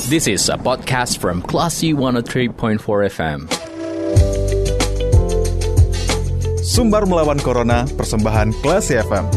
This is a podcast from Classy 103.4 FM. Sumbar melawan Corona, persembahan Classy FM.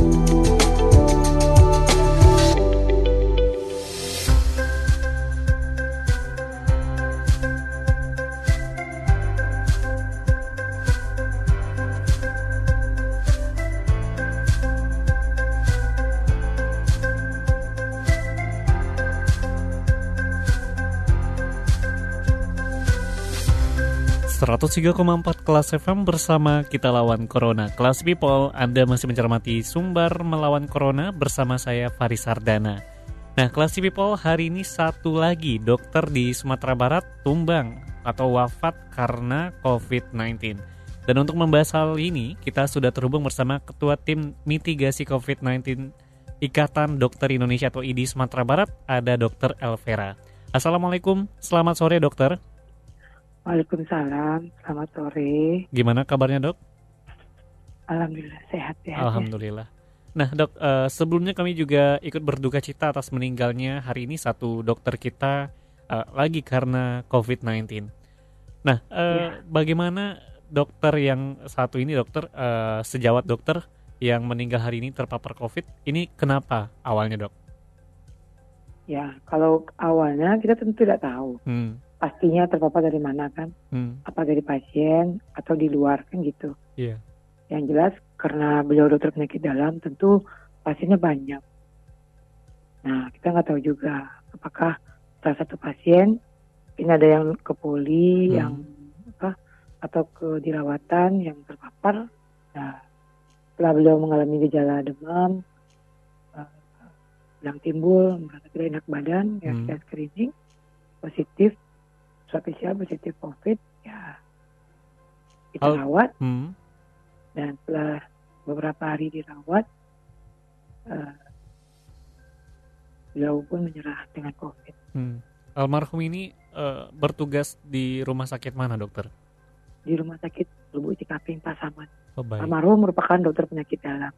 .4 Kelas FM bersama kita lawan Corona. Kelas People, Anda masih mencermati Sumbar melawan Corona bersama saya Faris Sardana. Nah, Kelas People, hari ini satu lagi dokter di Sumatera Barat tumbang atau wafat karena COVID-19. Dan untuk membahas hal ini, kita sudah terhubung bersama Ketua Tim Mitigasi COVID-19 Ikatan Dokter Indonesia atau IDI Sumatera Barat, ada Dr. Elvera. Assalamualaikum, selamat sore dokter. Waalaikumsalam, selamat sore. Gimana kabarnya dok? Alhamdulillah sehat ya. Alhamdulillah. Nah dok, sebelumnya kami juga ikut berduka cita atas meninggalnya hari ini satu dokter kita lagi karena COVID-19. Nah, bagaimana dokter yang satu ini dokter, sejawat dokter yang meninggal hari ini terpapar COVID, ini kenapa awalnya dok? Ya, kalau awalnya kita tentu tidak tahu. Pastinya terpapar dari mana kan? Apa dari pasien atau di luar kan gitu. Iya. Yang jelas karena beliau dokter penyakit dalam tentu pasiennya banyak. Nah kita nggak tahu juga apakah salah satu pasien ini ada yang ke poli, yang atau ke dirawatan yang terpapar. Nah setelah beliau mengalami gejala demam, yang timbul merasa tidak enak badan, ya kita screening positif. Swab PCR positif COVID, ya kita rawat, dan setelah beberapa hari dirawat, beliau pun menyerah dengan COVID. Almarhum ini bertugas di rumah sakit mana dokter? Di rumah sakit Lubuk Cikaping, Pasaman. Almarhum merupakan dokter penyakit dalam.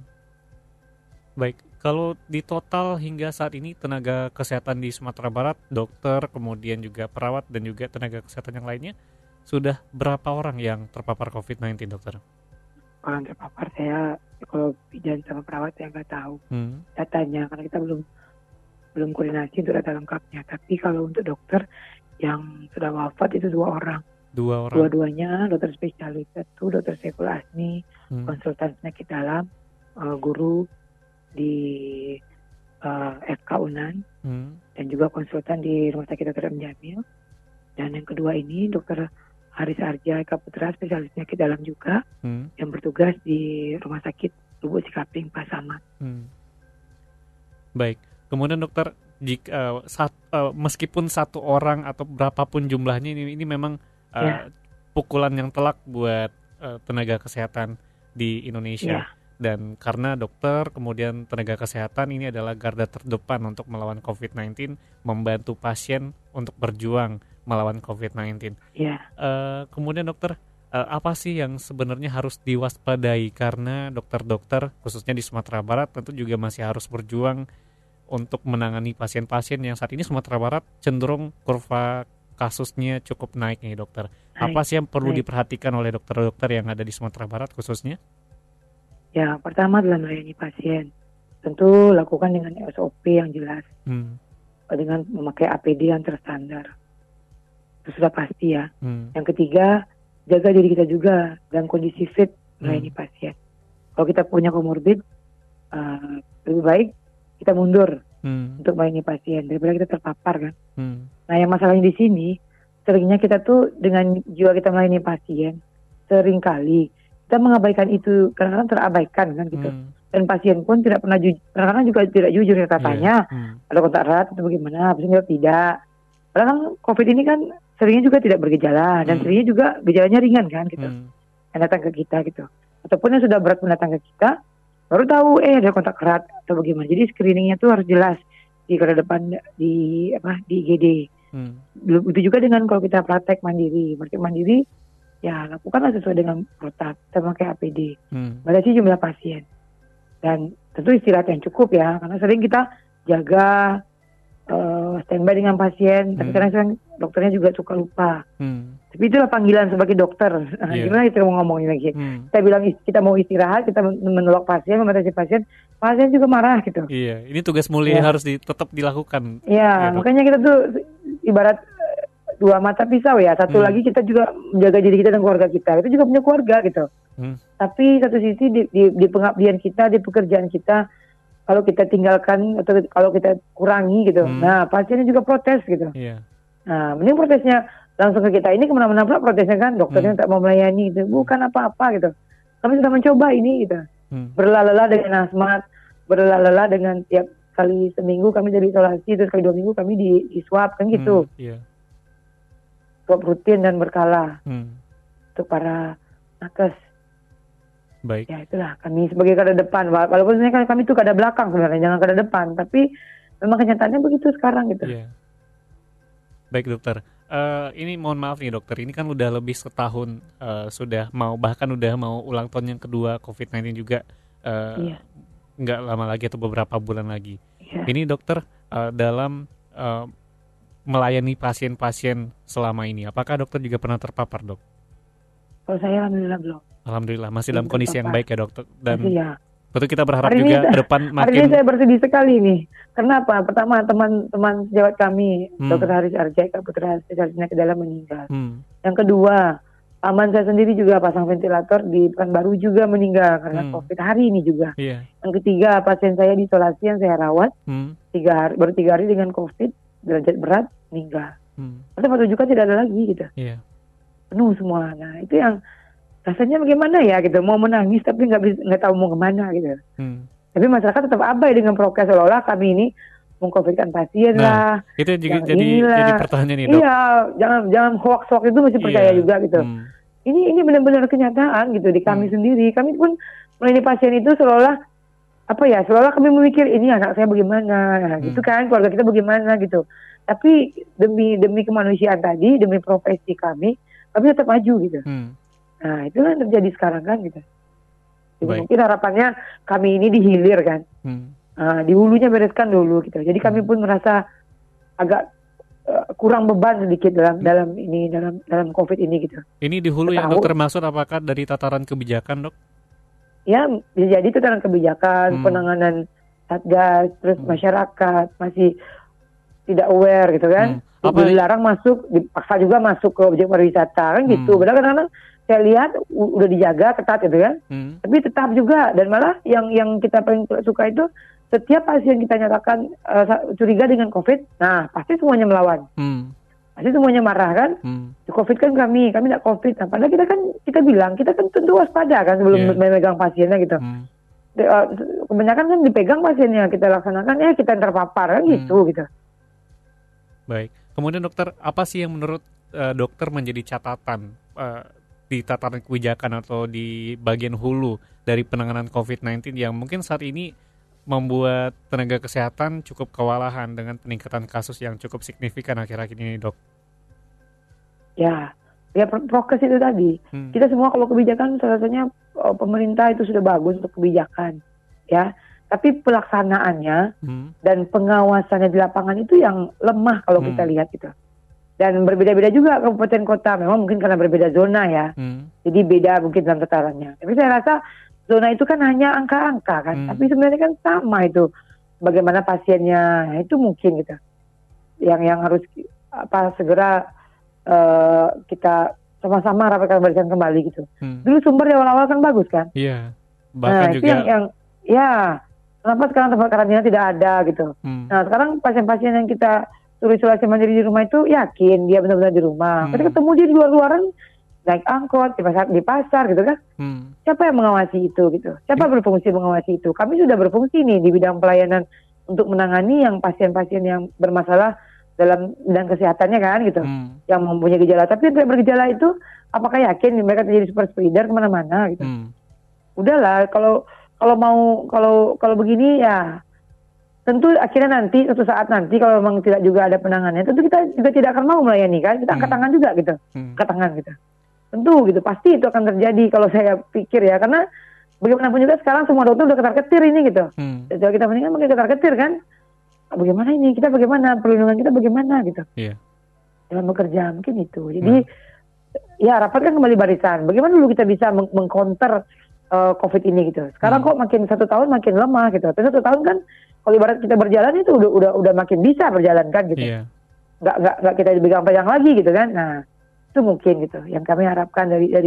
Baik, kalau di total hingga saat ini tenaga kesehatan di Sumatera Barat, dokter, kemudian juga perawat dan juga tenaga kesehatan yang lainnya, sudah berapa orang yang terpapar COVID-19 dokter? Kalau yang terpapar saya, kalau bidan sama perawat saya nggak tahu datanya, karena kita belum koordinasi untuk data lengkapnya. Tapi kalau untuk dokter yang sudah wafat itu 2 orang. 2 orang? Dua-duanya dokter spesialis, satu dokter Saiful Asni, konsultan penyakit dalam, guru di FK Unan, dan juga konsultan di Rumah Sakit Dr. M. Jamil. Dan yang kedua ini Dr. Haris Arja Eka Putra, spesialis penyakit dalam juga, yang bertugas di Rumah Sakit Lubuk Cikaping, Pasaman. Baik, kemudian dokter, jika meskipun 1 orang atau berapapun jumlahnya ini memang pukulan yang telak buat tenaga kesehatan di Indonesia. Dan karena dokter, kemudian tenaga kesehatan ini adalah garda terdepan untuk melawan COVID-19, membantu pasien untuk berjuang melawan COVID-19. Kemudian dokter, apa sih yang sebenarnya harus diwaspadai? Karena dokter-dokter, khususnya di Sumatera Barat, tentu juga masih harus berjuang untuk menangani pasien-pasien yang saat ini Sumatera Barat cenderung kurva kasusnya cukup naik nih dokter. Apa sih yang perlu diperhatikan oleh dokter-dokter yang ada di Sumatera Barat khususnya? Ya, pertama adalah melayani pasien. Tentu lakukan dengan SOP yang jelas, dengan memakai APD yang terstandar. Itu sudah pasti ya. Yang ketiga, jaga diri kita juga dalam kondisi fit melayani pasien. Kalau kita punya komorbid, lebih baik kita mundur untuk melayani pasien daripada kita terpapar kan. Nah, yang masalahnya di sini, seringnya kita tuh dengan jiwa kita melayani pasien, seringkali kita mengabaikan itu, kadang-kadang terabaikan kan gitu. Dan pasien pun tidak pernah kadang-kadang juga tidak jujur ya katanya ada kontak erat atau bagaimana, pasien tidak. Padahal kan COVID ini kan seringnya juga tidak bergejala dan seringnya juga gejalanya ringan kan gitu. Yang datang ke kita gitu. Ataupun yang sudah berat pun datang ke kita, baru tahu ada kontak erat atau bagaimana. Jadi screeningnya tuh harus jelas di garda depan di IGD. Itu juga dengan kalau kita praktek mandiri ya lakukanlah sesuai dengan protap, kita pakai APD, batasi jumlah pasien, dan tentu istirahat yang cukup ya, karena sering kita jaga standby dengan pasien, tapi kadang-kadang dokternya juga suka lupa. Tapi itulah panggilan sebagai dokter. Gimana kita mau ngomongin lagi? Kita bilang kita mau istirahat, kita menolak pasien, membatasi pasien juga marah gitu. Iya, ini tugas mulia harus tetap dilakukan. Iya, makanya kita tuh ibarat dua mata pisau ya. Satu lagi kita juga menjaga diri kita dan keluarga kita. Kita juga punya keluarga gitu. Tapi satu sisi di pengabdian kita, di pekerjaan kita, kalau kita tinggalkan atau kalau kita kurangi gitu, nah pasiennya juga protes gitu. Nah, mending protesnya langsung ke kita. Ini kemana-mana pula protesnya kan, dokternya tak mau melayani gitu. Bukan apa-apa gitu. Kami sudah mencoba ini gitu. Berlalah dengan asmat, berlalah dengan tiap kali seminggu kami jadi isolasi, terus kali 2 minggu kami di swab kan gitu. Swab rutin dan berkala untuk para nakes. Baik. Ya itulah kami sebagai garda depan. Walaupun sebenarnya kami itu garda belakang sebenarnya, jangan garda depan. Tapi memang kenyataannya begitu sekarang gitu. Baik dokter. Ini mohon maaf nih dokter. Ini kan udah lebih setahun bahkan udah mau ulang tahun yang kedua COVID-19 juga. Nggak lama lagi atau beberapa bulan lagi. Ini dokter dalam melayani pasien-pasien selama ini, apakah dokter juga pernah terpapar, dok? Kalau saya alhamdulillah belum. Alhamdulillah masih dalam kondisi yang baik ya dokter. Dan betul kita berharap juga ke depan makin. Hari ini saya bersedih sekali nih. Kenapa? Pertama teman-teman sejawat kami, Dr. Haris Arjeka Putra spesialis penyakit dalam meninggal. Yang kedua, paman saya sendiri juga pasang ventilator di Pekanbaru juga meninggal karena COVID hari ini juga. Yang ketiga, pasien saya di isolasi yang saya rawat 3 hari dengan COVID derajat berat meninggal. Waktu juga tidak ada lagi gitu. Penuh semua. Nah itu yang rasanya bagaimana ya gitu, mau menangis tapi nggak tahu mau kemana gitu. Tapi masyarakat tetap abai dengan prokes seolah-olah kami ini mengcovidkan pasien lah. Itu juga jadi pertanyaan nih dok. Iya, jangan hoax itu mesti percaya juga gitu. Ini benar-benar kenyataan gitu di kami sendiri. Kami pun melayani pasien itu seolah kami memikir ini anak saya bagaimana, gitu kan, keluarga kita bagaimana gitu. Tapi demi kemanusiaan tadi, demi profesi kami tetap maju gitu. Nah, itulah yang terjadi sekarang kan gitu. Jadi mungkin harapannya kami ini dihilir kan. Di hulunya bereskan dulu gitu. Jadi kami pun merasa agak kurang beban sedikit dalam COVID ini gitu. Ini di hulu yang dokter maksud apakah dari tataran kebijakan, dok? Ya, bisa jadi tataran kebijakan, penanganan satgas, terus masyarakat masih tidak aware gitu kan. Dilarang masuk, dipaksa juga masuk ke objek pariwisata kan gitu. Padahal kadang-kadang saya lihat udah dijaga ketat gitu kan. Tapi tetap juga, dan malah yang kita paling suka itu setiap pasien kita nyatakan curiga dengan COVID, nah pasti semuanya melawan. Pasti semuanya marah kan. COVID kan kami tidak COVID. Nah, padahal kita bilang kita kan tentu waspada kan sebelum memegang pasiennya gitu. Kebanyakan kan dipegang pasiennya, kita laksanakan kita terpapar kan gitu. Baik. Kemudian dokter, apa sih yang menurut dokter menjadi catatan di tataran kebijakan atau di bagian hulu dari penanganan COVID-19 yang mungkin saat ini membuat tenaga kesehatan cukup kewalahan dengan peningkatan kasus yang cukup signifikan akhir-akhir ini, dok? Ya prokes itu tadi. Kita semua kalau kebijakan rasanya pemerintah itu sudah bagus untuk kebijakan, ya. Tapi pelaksanaannya dan pengawasannya di lapangan itu yang lemah kalau kita lihat gitu. Dan berbeda-beda juga kabupaten kota. Memang mungkin karena berbeda zona ya. Jadi beda mungkin dalam tatarannya. Tapi saya rasa zona itu kan hanya angka-angka kan. Tapi sebenarnya kan sama itu. Bagaimana pasiennya, itu mungkin gitu. Yang harus segera kita sama-sama rapatkan barisan kembali gitu. Dulu sumber di awal-awal kan bagus kan. Iya. Bahkan juga itu yang kenapa sekarang tempat karantina tidak ada gitu. Nah sekarang pasien-pasien yang kita suruh isolasi mandiri di rumah itu yakin dia benar-benar di rumah. Ketika ketemu dia di luar-luaran, naik angkot, di pasar gitu kan. Siapa yang mengawasi itu gitu? Siapa berfungsi mengawasi itu? Kami sudah berfungsi nih di bidang pelayanan untuk menangani yang pasien-pasien yang bermasalah dalam bidang kesehatannya kan gitu. Yang mempunyai gejala. Tapi yang tidak bergejala itu apakah yakin mereka terjadi super spreader kemana-mana gitu? Udahlah, kalau begini ya tentu akhirnya nanti suatu saat nanti kalau memang tidak juga ada penanganannya, tentu kita juga tidak akan mau melayani kan, kita angkat tangan juga gitu, angkat tangan gitu, tentu gitu, pasti itu akan terjadi kalau saya pikir ya, karena bagaimanapun juga sekarang semua dokter udah ketar-ketir ini gitu, jadi kita mendingan makin ketar-ketir kan, bagaimana ini, kita bagaimana, perlindungan kita bagaimana gitu. Iya. Dalam bekerja mungkin itu. Jadi ya rapatkan kembali barisan. Bagaimana dulu kita bisa mengcounter COVID ini gitu. Sekarang kok makin 1 tahun makin lemah gitu. Tapi 1 tahun kan kalau ibarat kita berjalan itu udah makin bisa berjalan kan gitu. Iya. Nggak kita dipegang-pegang lagi gitu kan. Nah itu mungkin gitu yang kami harapkan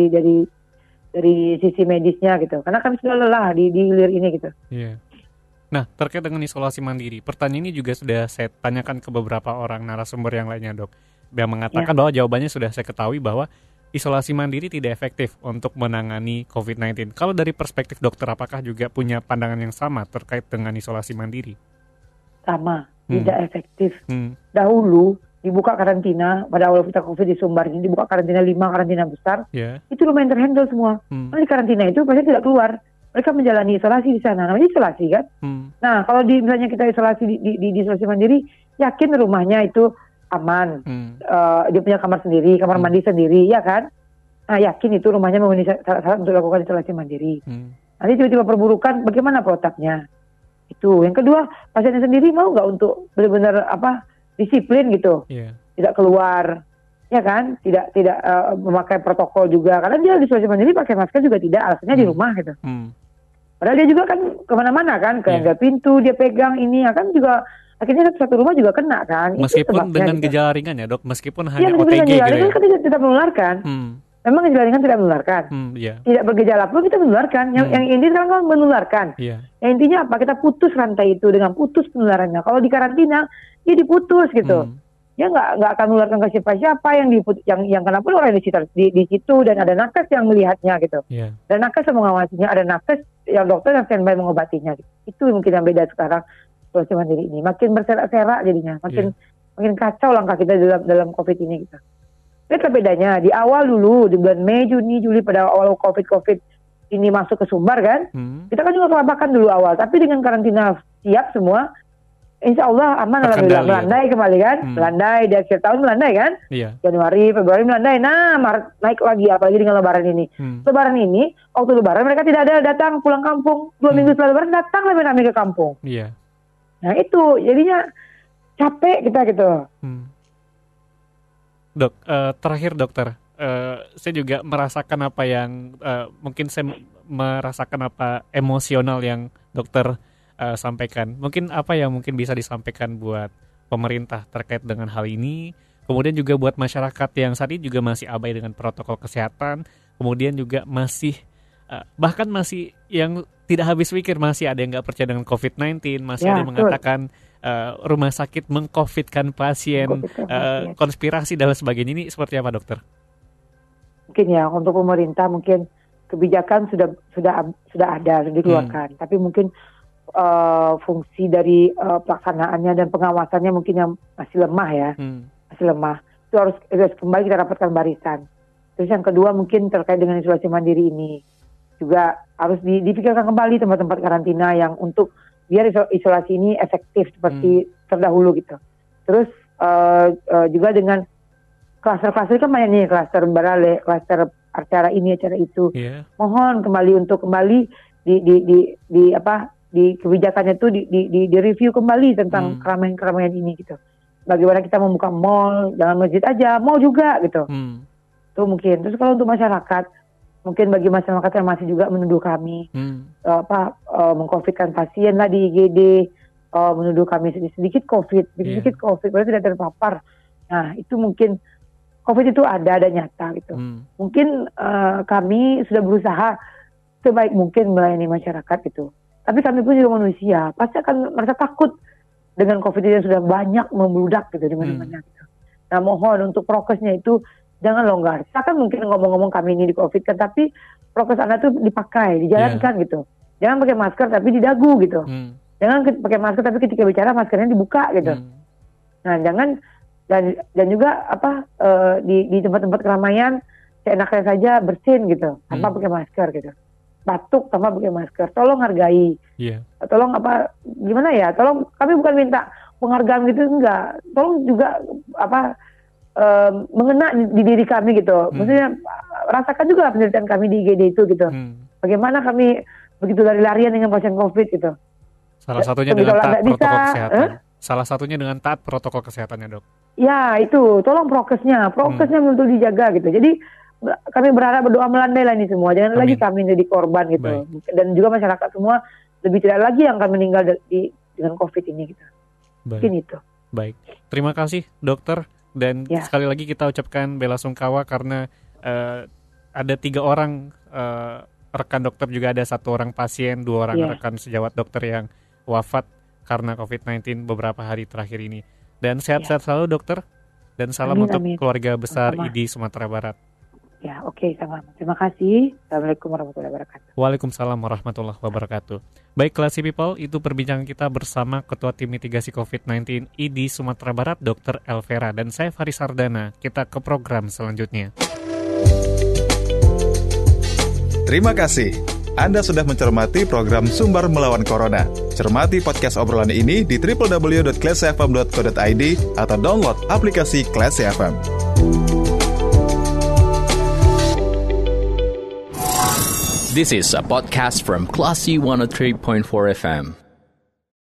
dari sisi medisnya gitu. Karena kami sudah lelah di hilir ini gitu. Iya. Nah, terkait dengan isolasi mandiri, pertanyaan ini juga sudah saya tanyakan ke beberapa orang narasumber yang lainnya, Dok. Yang mengatakan bahwa jawabannya sudah saya ketahui bahwa isolasi mandiri tidak efektif untuk menangani COVID-19. Kalau dari perspektif dokter, apakah juga punya pandangan yang sama terkait dengan isolasi mandiri? Sama, tidak efektif. Dahulu dibuka karantina, pada awal kita COVID di Sumbar ini dibuka karantina 5 karantina besar, itu lumayan terhandle semua. Karena di karantina itu pasti tidak keluar. Mereka menjalani isolasi di sana, namanya isolasi kan. Nah, kalau misalnya kita isolasi di isolasi mandiri, yakin rumahnya itu aman. Dia punya kamar sendiri, kamar mandi sendiri, ya kan? Nah, yakin itu rumahnya memenuhi syarat untuk lakukan isolasi mandiri. Nanti tiba-tiba perburukan, bagaimana protapnya? Itu. Yang kedua, pasiennya sendiri mau nggak untuk benar-benar disiplin gitu, tidak keluar, ya kan? Tidak memakai protokol juga, karena dia di isolasi mandiri pakai masker juga tidak, alasannya di rumah gitu. Padahal dia juga kan kemana-mana kan, kayak pintu dia pegang ini, kan juga akhirnya satu rumah juga kena kan. Meskipun dengan gitu. gejala ringan ya dok, meskipun hanya OTG gitu ya. Kan tidak menularkan. Memang gejala ringan tidak menularkan. Tidak bergejala pun kita menularkan. Yang inti sekarang kan menularkan. Yang intinya apa? Kita putus rantai itu dengan putus penularannya. Kalau di karantina dia diputus gitu. Dia nggak akan menularkan ke siapa-siapa yang kena pun orang di situ dan ada nakes yang melihatnya gitu. Dan nakes yang mengawasinya, ada nakes yang dokter yang standby mengobatinya. Itu mungkin yang beda sekarang isolasi mandiri ini. Makin berserak-serak jadinya, makin kacau langkah kita dalam COVID ini gitu. Lihat bedanya di awal dulu di bulan Mei, Juni, Juli pada awal COVID ini masuk ke Sumbar kan, kita kan juga kelabakan dulu awal. Tapi dengan karantina siap semua, insya Allah aman, alhamdulillah. Melandai kembali kan, melandai di akhir tahun melandai kan, Januari, Februari melandai. Nah Maret naik lagi, apalagi dengan Lebaran ini. Lebaran ini, waktu Lebaran mereka tidak ada datang pulang kampung. 2 minggu setelah Lebaran datang lebih ke kampung. Nah itu jadinya capek kita gitu. Dok, terakhir dokter, saya juga merasakan apa yang mungkin saya merasakan apa emosional yang dokter sampaikan. Mungkin apa yang mungkin bisa disampaikan buat pemerintah terkait dengan hal ini, kemudian juga buat masyarakat yang saat ini juga masih abai dengan protokol kesehatan, kemudian juga masih bahkan masih yang tidak habis pikir, masih ada yang nggak percaya dengan COVID-19, masih ada yang mengatakan rumah sakit meng-COVID-kan pasien, konspirasi dan sebagainya. Ini seperti apa dokter? Mungkin ya untuk pemerintah mungkin kebijakan sudah ada, sudah dikeluarkan, tapi mungkin fungsi dari pelaksanaannya dan pengawasannya mungkin yang masih lemah ya, masih lemah. Itu harus kembali kita rapatkan barisan. Terus yang kedua mungkin terkait dengan isolasi mandiri ini juga harus dipikirkan kembali tempat-tempat karantina yang untuk biar isolasi ini efektif seperti terdahulu gitu. Terus juga dengan klaster-klaster kan banyak nih, klaster barale, klaster acara ini, acara itu. Mohon kembali di kebijakannya itu di review kembali tentang keramaian-keramaian ini gitu. Bagaimana kita membuka mall, jangan masjid aja, mall juga gitu. Itu mungkin. Terus kalau untuk masyarakat, mungkin bagi masyarakat yang masih juga menuduh kami meng-COVID-kan pasien lah di IGD, menuduh kami sedikit COVID, padahal tidak terpapar. Nah itu mungkin COVID itu ada nyata gitu. Mungkin kami sudah berusaha sebaik mungkin melayani masyarakat gitu. Tapi kami pun juga manusia, pasti akan merasa takut dengan COVID yang sudah banyak membludak gitu di mana-mana. Gitu. Nah mohon untuk prokesnya itu jangan longgar. Saya kan mungkin ngomong-ngomong kami ini di COVID kan, tapi prokes Anda tuh dipakai, dijalankan gitu. Jangan pakai masker tapi di dagu gitu. Jangan pakai masker tapi ketika bicara maskernya dibuka gitu. Nah jangan dan juga di tempat-tempat keramaian seenaknya saja bersin gitu, tanpa pakai masker gitu. Batuk tanpa pakai masker. Tolong hargai. Tolong gimana ya? Tolong, kami bukan minta penghargaan gitu, enggak. Tolong juga mengena di diri kami gitu. Maksudnya rasakan juga penderitaan kami di IGD itu gitu. Bagaimana kami begitu lari-larian dengan pasien COVID gitu. Salah satunya dengan protokol kesehatan. Salah satunya dengan taat protokol kesehatannya, Dok. Ya, itu. Tolong prokesnya betul dijaga gitu. Jadi kami berharap berdoa melandai lah ini semua. Jangan lagi kami jadi korban gitu. Baik. Dan juga masyarakat semua lebih tidak lagi yang akan meninggal dengan COVID ini gitu. Mungkin itu. Baik. Terima kasih, Dokter. Dan sekali lagi kita ucapkan bela sungkawa karena ada 3 orang rekan dokter, juga ada 1 orang pasien, 2 orang rekan sejawat dokter yang wafat karena COVID-19 beberapa hari terakhir ini. Dan sehat-sehat selalu, Dokter. Dan salam untuk keluarga besar ID Sumatera Barat. Ya, oke, sama. Terima kasih. Assalamualaikum warahmatullahi wabarakatuh. Waalaikumsalam warahmatullahi wabarakatuh. Baik, Classy People, itu perbincangan kita bersama Ketua Tim Mitigasi COVID-19 ID Sumatera Barat, Dr. Elvera. Dan saya Faris Sardana. Kita ke program selanjutnya. Terima kasih. Anda sudah mencermati program Sumber Melawan Corona. Cermati podcast obrolan ini di www.clasyfm.co.id atau download aplikasi Classy FM. This is a podcast from Classy 103.4 FM.